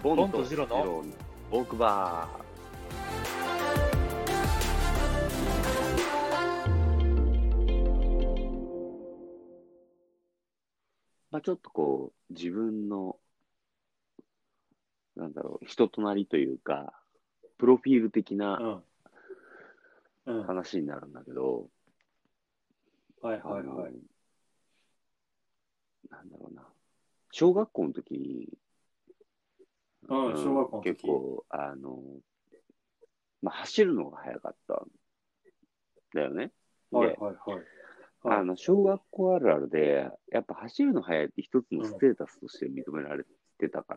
ボンとジロのオークバー。まあちょっとこう、自分の、人となりというか、プロフィール的な話になるんだけど、 はいはいはい。 小学校の時に、 小学校の時。 結構、走るのが早かったんだよね。 はいはいはい。 小学校あるあるで、やっぱ走るの速いって一つのステータスとして認められてたから、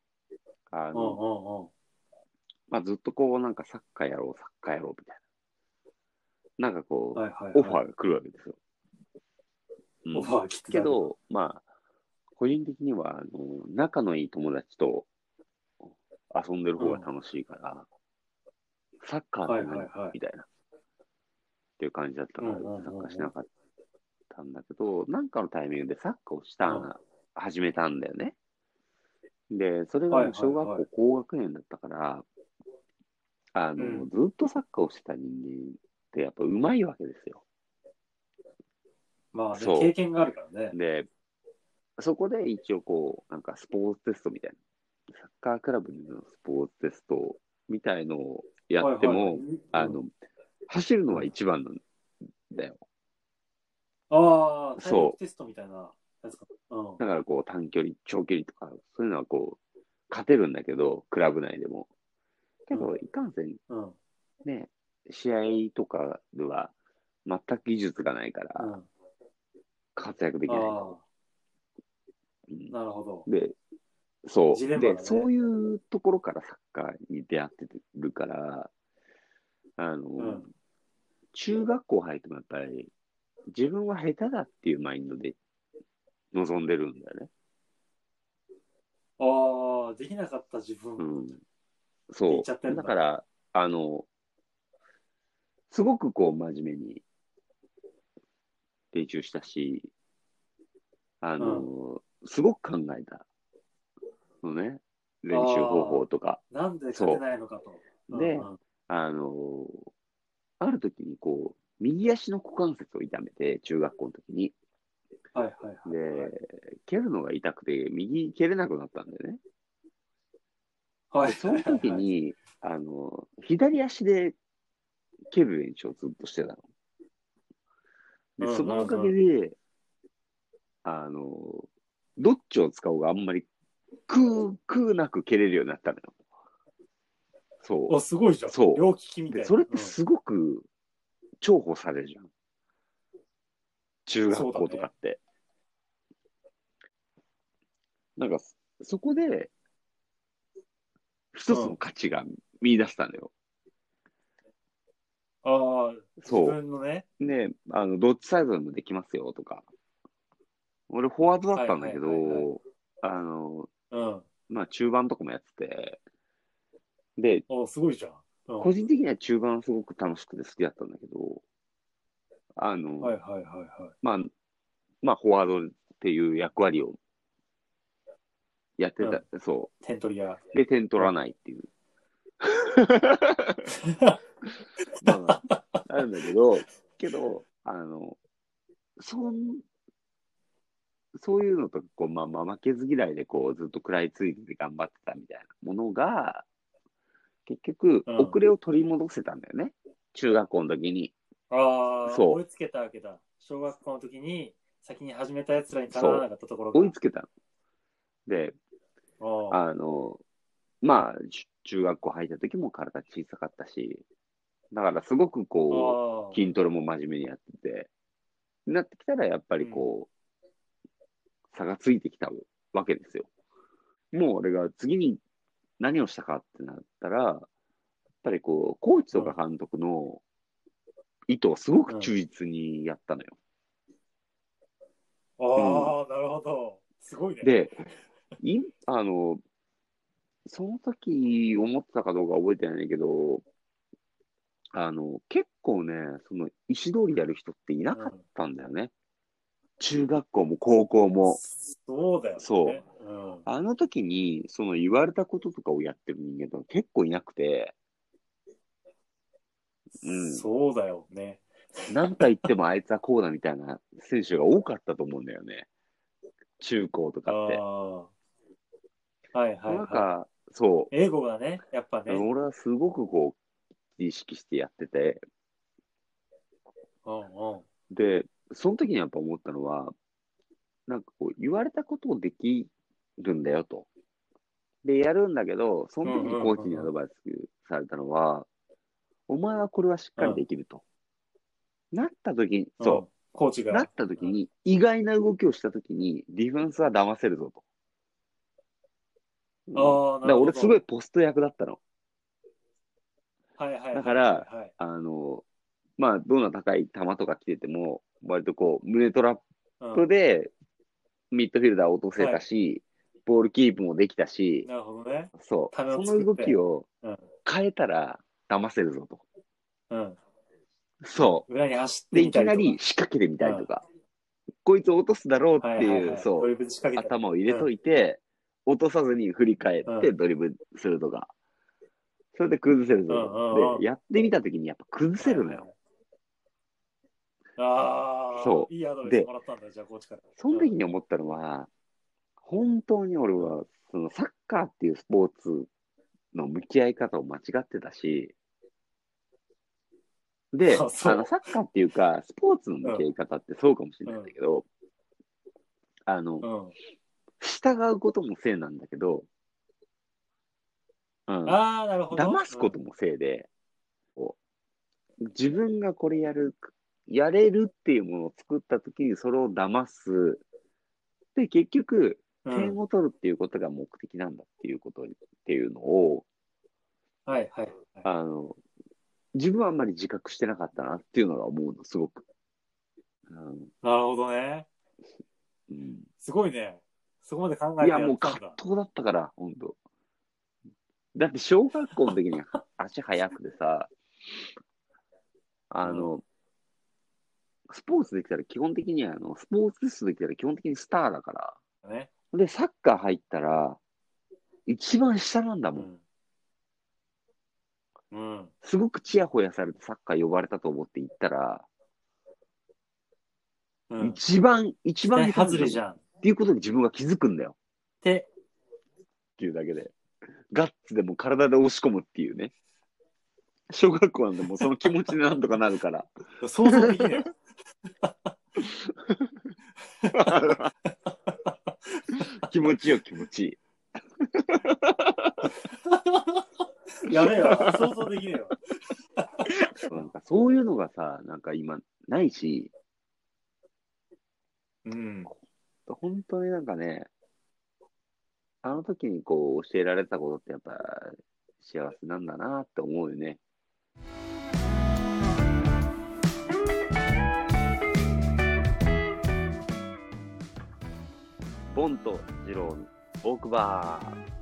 ずっとこう、サッカーやろう、サッカーやろうみたいな。オファーが来るわけですよ。 オファー来てたけど、個人的には、仲のいい友達と遊んでる方が楽しいから、サッカーって何みたいな。っていう感じだったから、サッカーしなかったんだけど、なんかのタイミングでサッカーを始めたんだよね。で、それがもう小学校高学年だったから、ずっとサッカーをしてた人間ってやっぱ上手いわけですよ。 まあね、経験があるからね。 で、そこで一応こう、スポーツテストみたいな、サッカークラブのスポーツテストみたいのをやっても、走るのは一番なんだよ。 ああ、体力テストみたいなやつか。 だからこう短距離、長距離とか、そういうのはこう、勝てるんだけど、クラブ内でも。けど、いかんせん、ね、試合とかでは全く技術がないから、活躍できないと。 なるほど。 で、で、そういうところからサッカーに出会ってるから、中学校入ってもやっぱり、自分は下手だっていうマインドで臨んでるんだよね。 ああ、できなかった自分。 そう。だから、すごくこう真面目に練習したし、すごく考えたのね。練習方法とか。 なんで勝てないのかと。 で、ある時にこう、右足の股関節を痛めて、中学校の時に。で、蹴るのが痛くて、右蹴れなくなったんだよね。で、その時に、左足で蹴る練習をずっとしてたの。で、そのおかげで、どっちを使おうがあんまり空なく蹴れるようになったのよ。そう。 すごいじゃん。 そう。 両利きみたいな。 で、それってすごく重宝されるじゃん。中学校とかって。そこで、一つの価値が見出したのよ。 ああ、自分のね。 で、どっちサイドでもできますよとか。俺、フォワードだったんだけど、中盤とかもやってて、で、 すごいじゃん。 個人的には中盤すごく楽しくて好きだったんだけど、フォワードっていう役割をやってた、そう。 点取り屋。 で、点取らないっていう。あるんだけど、そういうのとか、負けず嫌いでこうずっと食らいついて頑張ってたみたいなものが、結局、遅れを取り戻せたんだよね。中学校の時に。 追いつけたわけだ。小学校の時に先に始めた奴らにかなわなかったところが。 追いつけたの。で、中学校入った時も体小さかったし、だからすごくこう、筋トレも真面目にやってて、なってきたらやっぱりこう、差がついてきたわけですよ。もう俺が次に何をしたかってなったら、やっぱりこう、コーチとか監督の意図をすごく忠実にやったのよ。 なるほど。すごいね。 で、その時思ってたかどうか覚えてないんだけど、結構ね、その石通りやる人っていなかったんだよね。中学校も高校も。 そうだよね。 そう。 うん。 あの時に、その言われたこととかをやってる人間とか結構いなくて、うん。 そうだよね。 なんか言ってもあいつはこうだみたいな選手が多かったと思うんだよね。中高とあかって。 あ。はいはいはい。 なんか、そ英語がね、やっぱう。 ね。 俺はすごくこう、意識してやってて、 うんうん。 で、その時にやっぱ思ったのは、なんかこう、言われたことをできるんだよと。で、やるんだけど、その時にうんうんコーチにアドうんうん。 バイスされたのは、お前はこれはしっかりうんできると。なった時に、 うん。コーチなっが。 た時うん。 に、意外な動きをした時に、ディフェンスは騙せるぞと。うん。だかああ、なら俺すごるほど。 いポスト役だったの。 はいはいはいはいだから、 はい。 まあ、どんな高い球とか来てても、割とこう、胸トラッうん。 プでミッドフィルダーを落とせはい。 たし、ボールキープもできたし、 なるほどね。 そう、 ためをその作って。 動きをうん。 変えたら騙せるぞと。 うん。 そ裏に走っう。で、 てみいきなたりとか。 り仕掛けてみうん。 たりとか、こいつ落とすだろうっはいていう、 はいはい。ドそう、 リブル仕掛けたり。 頭を入れとうん。 いて、落とさずに振り返っうん。 てドリブルするとか、それで崩せるぞと。 うんうんで、 うん。 やってみたときにやっぱ崩せるのよ。 はいはい。ああ、 そいいアドバう。 イスで、 もらったんだ、じゃあ、コーチから。 その時に思ったのは、本当に俺うん。 は、そのサッカーっていうスポーツの向き合い方を間違ってたし、で、 あ、そサッカーっていうか、スポーツのう。うん。 向き合い方ってそうかもしれうん。 ないんだけど、あの、 うん。 従うこともせいなんだけど、うん、 ああ、なるほど。うん。 騙すこともせいで、こ自分がこれやれるっていうものを作ったときにそれを騙す。で、結局、 うん。 点を取るっていうことが目的なんだっていうことっていうのを、 はいはいはい。 あの、自分はあんまり自覚してなかったなっていうのが思うの、すごく。 なるほどね。 うん、 すごいね。そこまで考えていや、もうやってたんだ。 葛藤だったから、本当。だって小学校の時に足速くてさ、 うん。 あの、スポーツできたら基本的には、スポーツテストできたら基本的にスターだから。 ね。 で、サッカー入ったら、一番下なんだもん。 うん。うん。 すごくチヤホヤされてサッカー呼ばれたと思って行ったら、 うん。 一番期待下手なんだもん。っ外れじゃん。 ていうことに自分が気づくんだよ。 て、 っていうだけで。ガッツでも体で押し込むっていうね。小学校なんでもうその気持ちでなんとかなるから。 想像できねえわ。 気持ちいいよ、気持ちいい。 やべえわ。想像できねえわ。 なんかそういうのがさ、なんか今ないし、 うん。 本当になんかね、あの時にこう教えられたことってやっぱ幸せなんだなって思うよね。ボンとジローのトークバー。